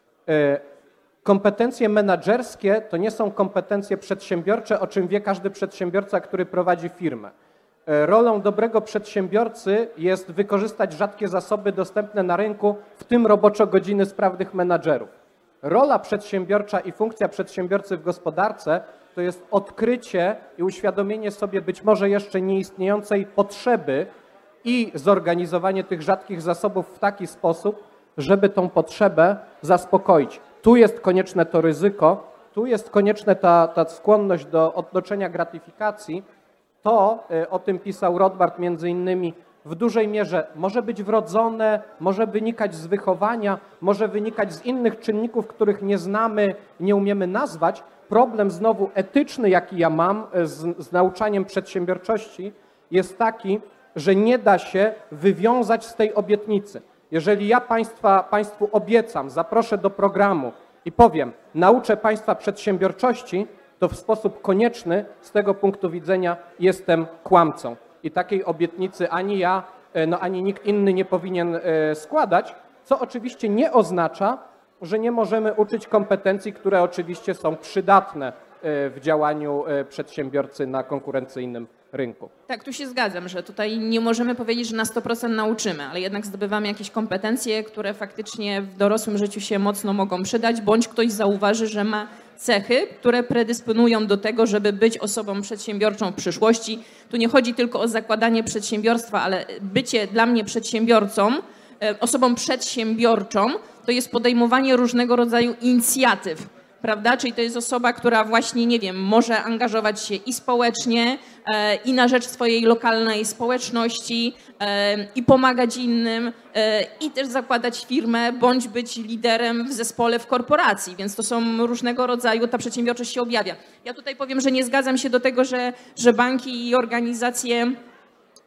Kompetencje menedżerskie to nie są kompetencje przedsiębiorcze, o czym wie każdy przedsiębiorca, który prowadzi firmę. Rolą dobrego przedsiębiorcy jest wykorzystać rzadkie zasoby dostępne na rynku, w tym roboczo-godziny sprawnych menadżerów. Rola przedsiębiorcza i funkcja przedsiębiorcy w gospodarce to jest odkrycie i uświadomienie sobie być może jeszcze nieistniejącej potrzeby i zorganizowanie tych rzadkich zasobów w taki sposób, żeby tą potrzebę zaspokoić. Tu jest konieczne to ryzyko, tu jest konieczna ta skłonność do odnoszenia gratyfikacji. To, o tym pisał Rothbard między innymi, w dużej mierze może być wrodzone, może wynikać z wychowania, może wynikać z innych czynników, których nie znamy, nie umiemy nazwać. Problem znowu etyczny, jaki ja mam z nauczaniem przedsiębiorczości, jest taki, że nie da się wywiązać z tej obietnicy. Jeżeli ja Państwu obiecam, zaproszę do programu i powiem, nauczę Państwa przedsiębiorczości, to w sposób konieczny z tego punktu widzenia jestem kłamcą. I takiej obietnicy ani ja, ani nikt inny nie powinien składać, co oczywiście nie oznacza, że nie możemy uczyć kompetencji, które oczywiście są przydatne w działaniu przedsiębiorcy na konkurencyjnym rynku. Tak, tu się zgadzam, że tutaj nie możemy powiedzieć, że na 100% nauczymy, ale jednak zdobywamy jakieś kompetencje, które faktycznie w dorosłym życiu się mocno mogą przydać, bądź ktoś zauważy, że ma cechy, które predysponują do tego, żeby być osobą przedsiębiorczą w przyszłości. Tu nie chodzi tylko o zakładanie przedsiębiorstwa, ale bycie dla mnie przedsiębiorcą, osobą przedsiębiorczą, to jest podejmowanie różnego rodzaju inicjatyw, prawda? Czyli to jest osoba, która właśnie, nie wiem, może angażować się i społecznie, i na rzecz swojej lokalnej społeczności, i pomagać innym, i też zakładać firmę, bądź być liderem w zespole w korporacji. Więc to są różnego rodzaju, ta przedsiębiorczość się objawia. Ja tutaj powiem, że nie zgadzam się do tego, że banki i organizacje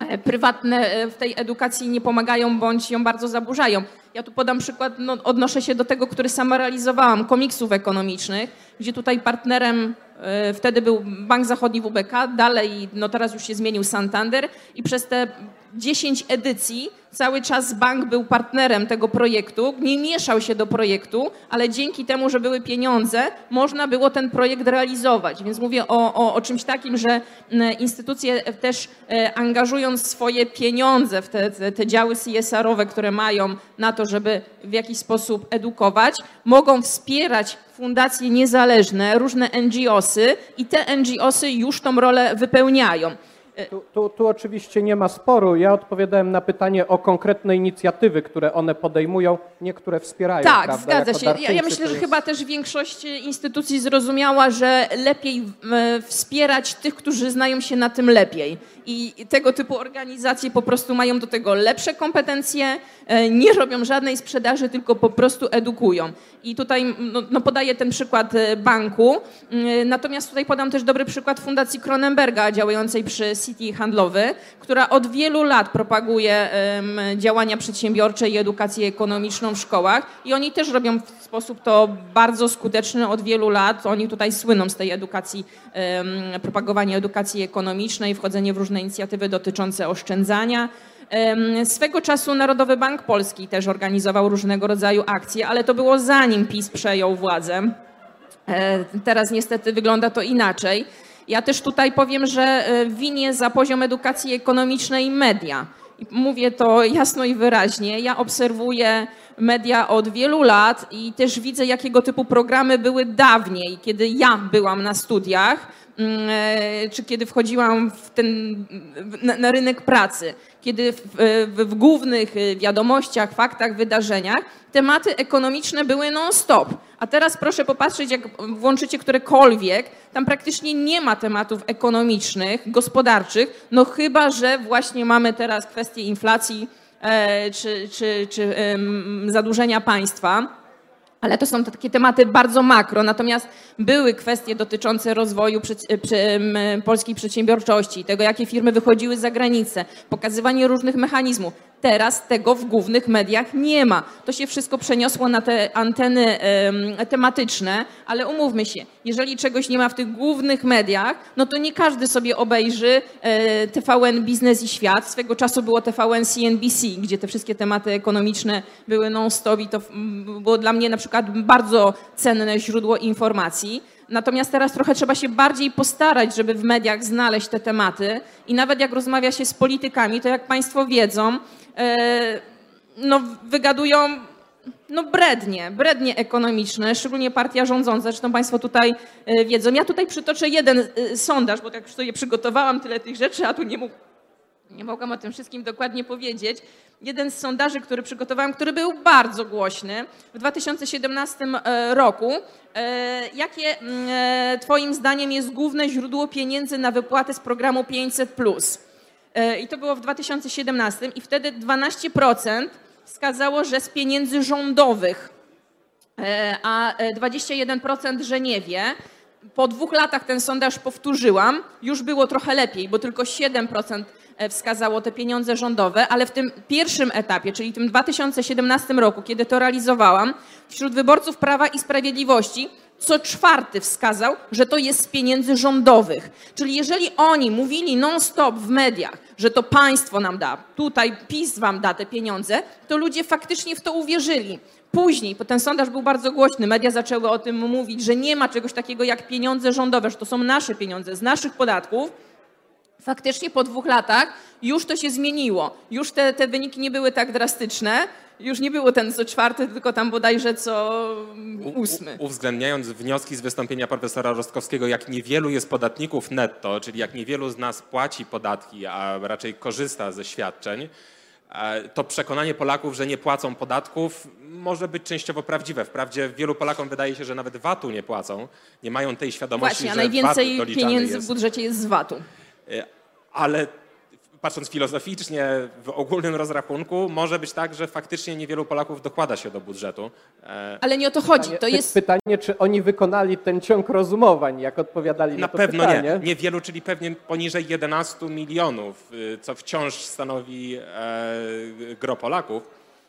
prywatne w tej edukacji nie pomagają bądź ją bardzo zaburzają. Ja tu podam przykład, odnoszę się do tego, który sama realizowałam, komiksów ekonomicznych, gdzie tutaj partnerem wtedy był Bank Zachodni WBK, dalej, teraz już się zmienił Santander i przez te 10 edycji cały czas bank był partnerem tego projektu, nie mieszał się do projektu, ale dzięki temu, że były pieniądze, można było ten projekt realizować. Więc mówię o czymś takim, że instytucje też angażując swoje pieniądze w te działy CSR-owe, które mają na to, żeby w jakiś sposób edukować, mogą wspierać fundacje niezależne, różne NGO-sy i te NGO-sy już tą rolę wypełniają. Tu oczywiście nie ma sporu. Ja odpowiadałem na pytanie o konkretne inicjatywy, które one podejmują, niektóre wspierają. Tak, prawda? zgadza Jako się. Ja myślę, że chyba też większość instytucji zrozumiała, że lepiej wspierać tych, którzy znają się na tym lepiej. I tego typu organizacje po prostu mają do tego lepsze kompetencje, nie robią żadnej sprzedaży, tylko po prostu edukują. I tutaj podaję ten przykład banku, natomiast tutaj podam też dobry przykład Fundacji Cronenberga działającej przy City Handlowy, która od wielu lat propaguje działania przedsiębiorcze i edukację ekonomiczną w szkołach i oni też robią w sposób to bardzo skuteczny od wielu lat. Oni tutaj słyną z tej edukacji, propagowania edukacji ekonomicznej, wchodzenie w różne inicjatywy dotyczące oszczędzania. Swego czasu Narodowy Bank Polski też organizował różnego rodzaju akcje, ale to było zanim PiS przejął władzę. Teraz niestety wygląda to inaczej. Ja też tutaj powiem, że winię za poziom edukacji ekonomicznej media. I mówię to jasno i wyraźnie. Ja obserwuję media od wielu lat i też widzę, jakiego typu programy były dawniej, kiedy ja byłam na studiach, czy kiedy wchodziłam na rynek pracy, kiedy w głównych wiadomościach, faktach, wydarzeniach tematy ekonomiczne były non-stop. A teraz proszę popatrzeć, jak włączycie którekolwiek, tam praktycznie nie ma tematów ekonomicznych, gospodarczych, chyba że właśnie mamy teraz kwestię inflacji czy zadłużenia państwa. Ale to są takie tematy bardzo makro, natomiast były kwestie dotyczące rozwoju polskiej przedsiębiorczości, tego, jakie firmy wychodziły za granicę, pokazywanie różnych mechanizmów. Teraz tego w głównych mediach nie ma. To się wszystko przeniosło na te anteny tematyczne, ale umówmy się, jeżeli czegoś nie ma w tych głównych mediach, to nie każdy sobie obejrzy TVN Biznes i Świat. Swego czasu było TVN CNBC, gdzie te wszystkie tematy ekonomiczne były non-stop i to było dla mnie na przykład bardzo cenne źródło informacji. Natomiast teraz trochę trzeba się bardziej postarać, żeby w mediach znaleźć te tematy i nawet jak rozmawia się z politykami, to jak Państwo wiedzą, wygadują brednie ekonomiczne, szczególnie partia rządząca, zresztą Państwo tutaj wiedzą. Ja tutaj przytoczę jeden sondaż, bo tak już sobie przygotowałam tyle tych rzeczy, a tu nie mogłam o tym wszystkim dokładnie powiedzieć. Jeden z sondaży, który przygotowałam, który był bardzo głośny w 2017 roku. Jakie Twoim zdaniem jest główne źródło pieniędzy na wypłaty z programu 500+? I to było w 2017 i wtedy 12% wskazało, że z pieniędzy rządowych, a 21%, że nie wie. Po 2 latach ten sondaż powtórzyłam, już było trochę lepiej, bo tylko 7% wskazało te pieniądze rządowe, ale w tym pierwszym etapie, czyli w tym 2017 roku, kiedy to realizowałam, wśród wyborców Prawa i Sprawiedliwości co 4 wskazał, że to jest z pieniędzy rządowych. Czyli jeżeli oni mówili non-stop w mediach, że to państwo nam da, tutaj PiS wam da te pieniądze, to ludzie faktycznie w to uwierzyli. Później, bo ten sondaż był bardzo głośny, media zaczęły o tym mówić, że nie ma czegoś takiego jak pieniądze rządowe, że to są nasze pieniądze z naszych podatków. Faktycznie po 2 latach już to się zmieniło. Już te wyniki nie były tak drastyczne. Już nie było ten co 4, tylko tam bodajże co 8. Uwzględniając wnioski z wystąpienia profesora Rostkowskiego, jak niewielu jest podatników netto, czyli jak niewielu z nas płaci podatki, a raczej korzysta ze świadczeń, to przekonanie Polaków, że nie płacą podatków, może być częściowo prawdziwe. Wprawdzie wielu Polakom wydaje się, że nawet VAT-u nie płacą, nie mają tej świadomości, właśnie, a że najwięcej VAT pieniędzy jest. w budżecie jest z VAT-u. Ale patrząc filozoficznie, w ogólnym rozrachunku, może być tak, że faktycznie niewielu Polaków dokłada się do budżetu. Ale nie o to chodzi. To jest Pytanie, czy oni wykonali ten ciąg rozumowań, jak odpowiadali na to pewno pytanie? nie. Niewielu, czyli pewnie poniżej 11 milionów, co wciąż stanowi gro Polaków.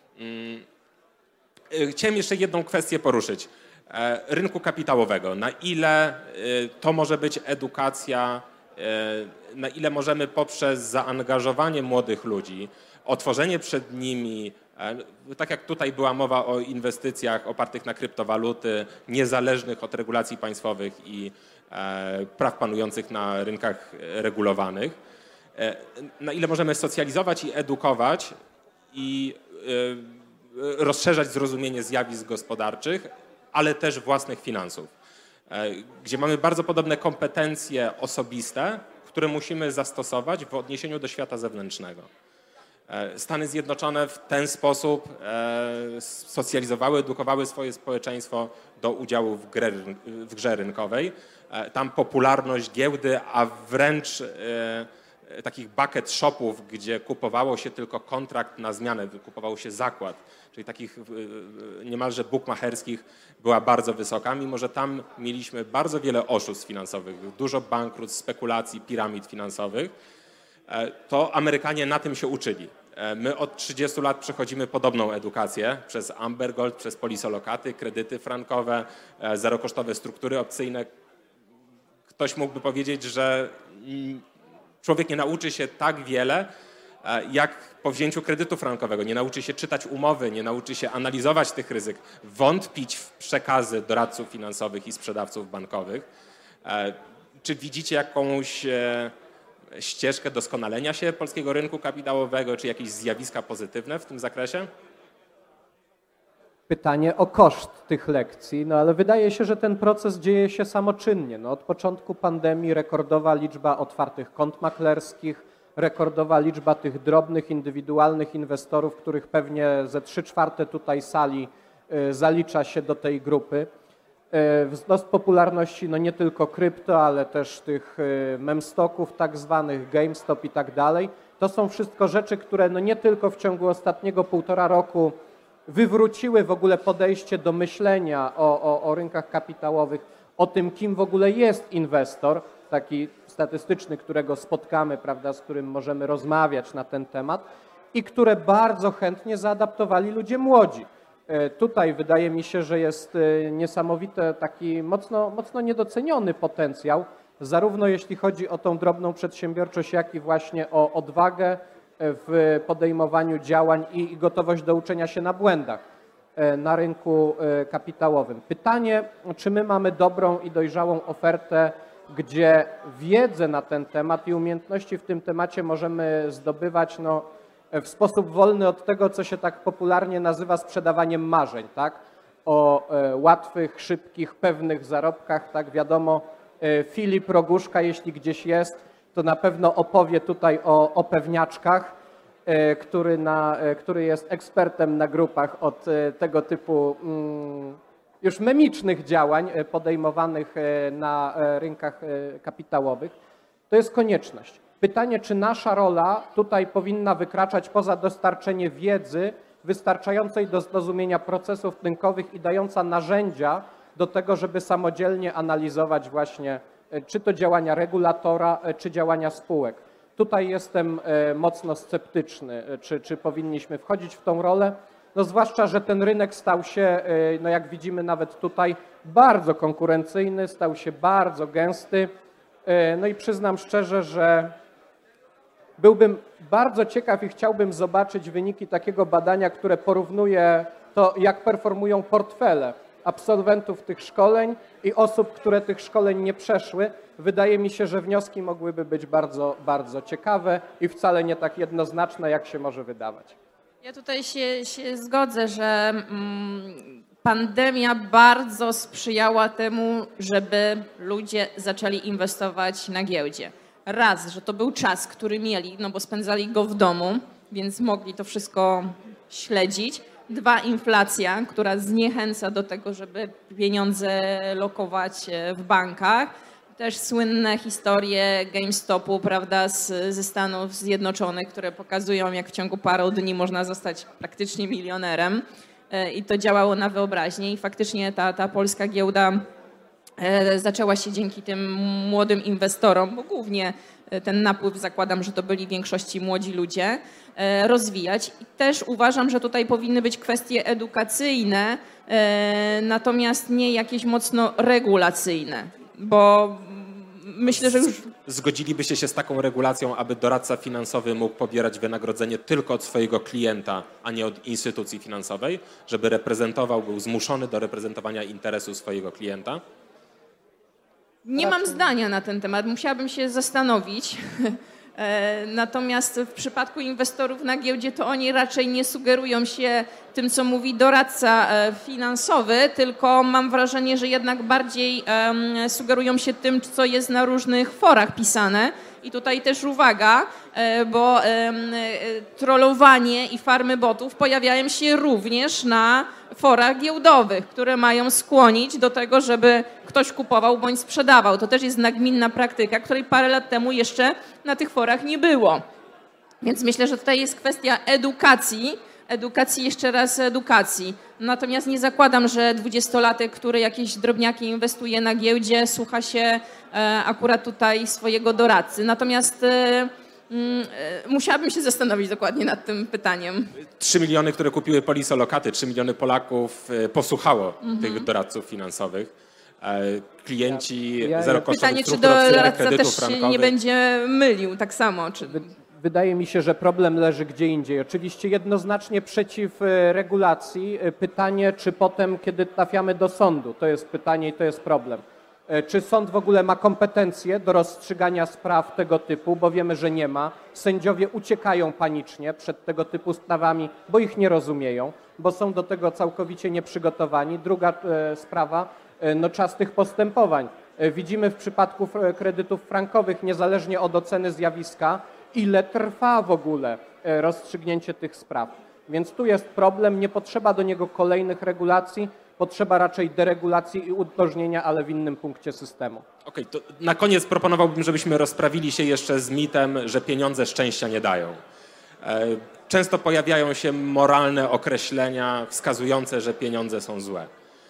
Chciałem jeszcze jedną kwestię poruszyć. Rynku kapitałowego. Na ile to może być edukacja, na ile możemy poprzez zaangażowanie młodych ludzi, otworzenie przed nimi, tak jak tutaj była mowa o inwestycjach opartych na kryptowaluty, niezależnych od regulacji państwowych i praw panujących na rynkach regulowanych, na ile możemy socjalizować i edukować i rozszerzać zrozumienie zjawisk gospodarczych, ale też własnych finansów, gdzie mamy bardzo podobne kompetencje osobiste, które musimy zastosować w odniesieniu do świata zewnętrznego. Stany Zjednoczone w ten sposób socjalizowały, edukowały swoje społeczeństwo do udziału w grze rynkowej. Tam popularność giełdy, a wręcz takich bucket shopów, gdzie kupowało się tylko kontrakt na zmianę, kupowało się zakład, czyli takich niemalże bukmacherskich, była bardzo wysoka, mimo że tam mieliśmy bardzo wiele oszustw finansowych, dużo bankructw, spekulacji, piramid finansowych, to Amerykanie na tym się uczyli. My od 30 lat przechodzimy podobną edukację przez Amber Gold, przez polisolokaty, kredyty frankowe, zerokosztowe struktury opcyjne. Ktoś mógłby powiedzieć, że człowiek nie nauczy się tak wiele, jak po wzięciu kredytu frankowego. Nie nauczy się czytać umowy, nie nauczy się analizować tych ryzyk, wątpić w przekazy doradców finansowych i sprzedawców bankowych. Czy widzicie jakąś ścieżkę doskonalenia się polskiego rynku kapitałowego, czy jakieś zjawiska pozytywne w tym zakresie? Pytanie o koszt tych lekcji, no ale wydaje się, że ten proces dzieje się samoczynnie. No, od początku pandemii rekordowa liczba otwartych kont maklerskich, rekordowa liczba tych drobnych, indywidualnych inwestorów, których pewnie ze 3/4 tutaj sali zalicza się do tej grupy. Wzrost popularności no nie tylko krypto, ale też tych memstoków tak zwanych, GameStop i tak dalej. To są wszystko rzeczy, które no nie tylko w ciągu ostatniego 1,5 roku wywróciły w ogóle podejście do myślenia o rynkach kapitałowych, o tym, kim w ogóle jest inwestor, taki statystyczny, którego spotkamy, prawda, z którym możemy rozmawiać na ten temat i które bardzo chętnie zaadaptowali ludzie młodzi. Tutaj wydaje mi się, że jest niesamowity taki mocno niedoceniony potencjał, zarówno jeśli chodzi o tą drobną przedsiębiorczość, jak i właśnie o odwagę w podejmowaniu działań i gotowość do uczenia się na błędach na rynku kapitałowym. Pytanie, czy my mamy dobrą i dojrzałą ofertę, gdzie wiedzę na ten temat i umiejętności w tym temacie możemy zdobywać no, w sposób wolny od tego, co się tak popularnie nazywa sprzedawaniem marzeń, tak? O łatwych, szybkich, pewnych zarobkach, tak? Wiadomo, Filip Roguszka, jeśli gdzieś jest, to na pewno opowie tutaj o pewniaczkach, który jest ekspertem na grupach od tego typu już memicznych działań podejmowanych na rynkach kapitałowych. To jest konieczność. Pytanie, czy nasza rola tutaj powinna wykraczać poza dostarczenie wiedzy wystarczającej do zrozumienia procesów rynkowych i dająca narzędzia do tego, żeby samodzielnie analizować właśnie czy to działania regulatora, czy działania spółek. Tutaj jestem mocno sceptyczny, czy powinniśmy wchodzić w tą rolę, no zwłaszcza, że ten rynek stał się, no jak widzimy nawet tutaj, bardzo konkurencyjny, stał się bardzo gęsty. No i przyznam szczerze, że byłbym bardzo ciekaw i chciałbym zobaczyć wyniki takiego badania, które porównuje to, jak performują portfele absolwentów tych szkoleń i osób, które tych szkoleń nie przeszły. Wydaje mi się, że wnioski mogłyby być bardzo, bardzo ciekawe i wcale nie tak jednoznaczne, jak się może wydawać. Ja tutaj się zgodzę, że pandemia bardzo sprzyjała temu, żeby ludzie zaczęli inwestować na giełdzie. Raz, że to był czas, który mieli, no bo spędzali go w domu, więc mogli to wszystko śledzić. 2, inflacja, która zniechęca do tego, żeby pieniądze lokować w bankach. Też słynne historie GameStopu, prawda, ze Stanów Zjednoczonych, które pokazują, jak w ciągu paru dni można zostać praktycznie milionerem. I to działało na wyobraźnię i faktycznie ta polska giełda zaczęła się dzięki tym młodym inwestorom, bo głównie ten napływ, zakładam, że to byli w większości młodzi ludzie, rozwijać. I też uważam, że tutaj powinny być kwestie edukacyjne, natomiast nie jakieś mocno regulacyjne, bo myślę, że już... Zgodzilibyście się z taką regulacją, aby doradca finansowy mógł pobierać wynagrodzenie tylko od swojego klienta, a nie od instytucji finansowej, żeby był zmuszony do reprezentowania interesu swojego klienta? Nie mam zdania na ten temat, musiałabym się zastanowić. Natomiast w przypadku inwestorów na giełdzie to oni raczej nie sugerują się tym, co mówi doradca finansowy, tylko mam wrażenie, że jednak bardziej sugerują się tym, co jest na różnych forach pisane. I tutaj też uwaga, bo trollowanie i farmy botów pojawiają się również na forach giełdowych, które mają skłonić do tego, żeby ktoś kupował bądź sprzedawał. To też jest nagminna praktyka, której parę lat temu jeszcze na tych forach nie było. Więc myślę, że tutaj jest kwestia edukacji, jeszcze raz edukacji. Natomiast nie zakładam, że 20-latek, który jakieś drobniaki inwestuje na giełdzie, słucha się akurat tutaj swojego doradcy. Natomiast musiałabym się zastanowić dokładnie nad tym pytaniem. 3 miliony, które kupiły polisolokaty, 3 miliony Polaków posłuchało tych doradców finansowych. Klienci zerokosztowych Pytanie, czy struktur odczytanych doradca kredytów też się frankowych. nie będzie mylił tak samo. Czy... Wydaje mi się, że problem leży gdzie indziej. Oczywiście jednoznacznie przeciw regulacji. Pytanie, czy potem, kiedy trafiamy do sądu, to jest pytanie i to jest problem. Czy sąd w ogóle ma kompetencje do rozstrzygania spraw tego typu, bo wiemy, że nie ma. Sędziowie uciekają panicznie przed tego typu sprawami, bo ich nie rozumieją, bo są do tego całkowicie nieprzygotowani. Druga sprawa, czas tych postępowań. Widzimy w przypadku kredytów frankowych, niezależnie od oceny zjawiska, ile trwa w ogóle rozstrzygnięcie tych spraw. Więc tu jest problem, nie potrzeba do niego kolejnych regulacji, potrzeba raczej deregulacji i udrożnienia, ale w innym punkcie systemu. Okej, to na koniec proponowałbym, żebyśmy rozprawili się jeszcze z mitem, że pieniądze szczęścia nie dają. Często pojawiają się moralne określenia wskazujące, że pieniądze są złe.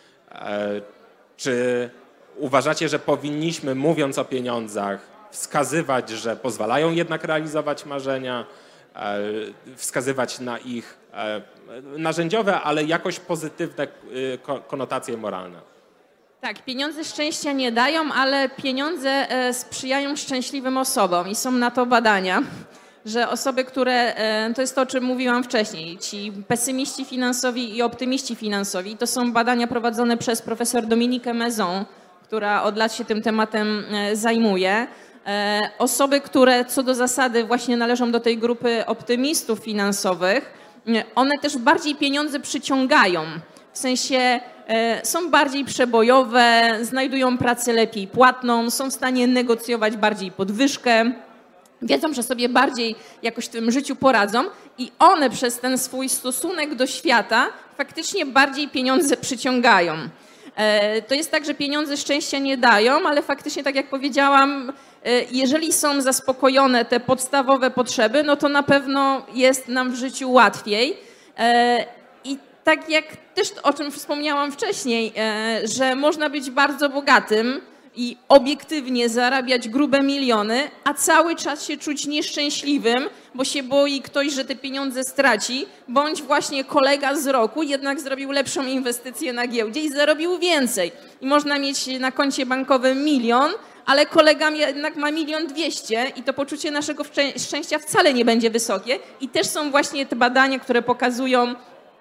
Czy uważacie, że powinniśmy, mówiąc o pieniądzach, wskazywać, że pozwalają jednak realizować marzenia, wskazywać na ich narzędziowe, ale jakoś pozytywne konotacje moralne? Tak, pieniądze szczęścia nie dają, ale pieniądze sprzyjają szczęśliwym osobom i są na to badania, że osoby, które, to jest to, o czym mówiłam wcześniej, ci pesymiści finansowi i optymiści finansowi, to są badania prowadzone przez profesor Dominikę Maison, która od lat się tym tematem zajmuje. Osoby, które co do zasady właśnie należą do tej grupy optymistów finansowych, one też bardziej pieniądze przyciągają. W sensie są bardziej przebojowe, znajdują pracę lepiej płatną, są w stanie negocjować bardziej podwyżkę, wiedzą, że sobie bardziej jakoś w tym życiu poradzą i one przez ten swój stosunek do świata faktycznie bardziej pieniądze przyciągają. To jest tak, że pieniądze szczęścia nie dają, ale faktycznie, tak jak powiedziałam, jeżeli są zaspokojone te podstawowe potrzeby, no to na pewno jest nam w życiu łatwiej. I tak jak też o czym wspomniałam wcześniej, że można być bardzo bogatym i obiektywnie zarabiać grube miliony, a cały czas się czuć nieszczęśliwym, bo się boi ktoś, że te pieniądze straci, bądź właśnie kolega z roku jednak zrobił lepszą inwestycję na giełdzie i zarobił więcej. I można mieć na koncie bankowym 1 000 000, ale kolega jednak ma 1 200 000 i to poczucie naszego szczęścia wcale nie będzie wysokie. I też są właśnie te badania, które pokazują,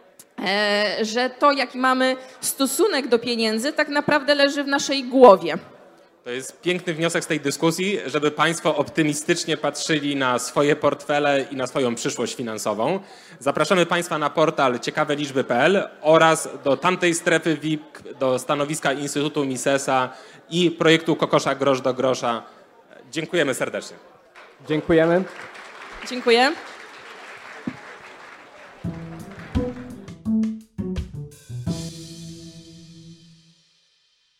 że to, jaki mamy stosunek do pieniędzy, tak naprawdę leży w naszej głowie. To jest piękny wniosek z tej dyskusji, żeby Państwo optymistycznie patrzyli na swoje portfele i na swoją przyszłość finansową. Zapraszamy Państwa na portal ciekaweliczby.pl oraz do tamtej strefy VIP, do stanowiska Instytutu Misesa i projektu Kokosza Grosz do Grosza. Dziękujemy serdecznie. Dziękujemy. Dziękuję.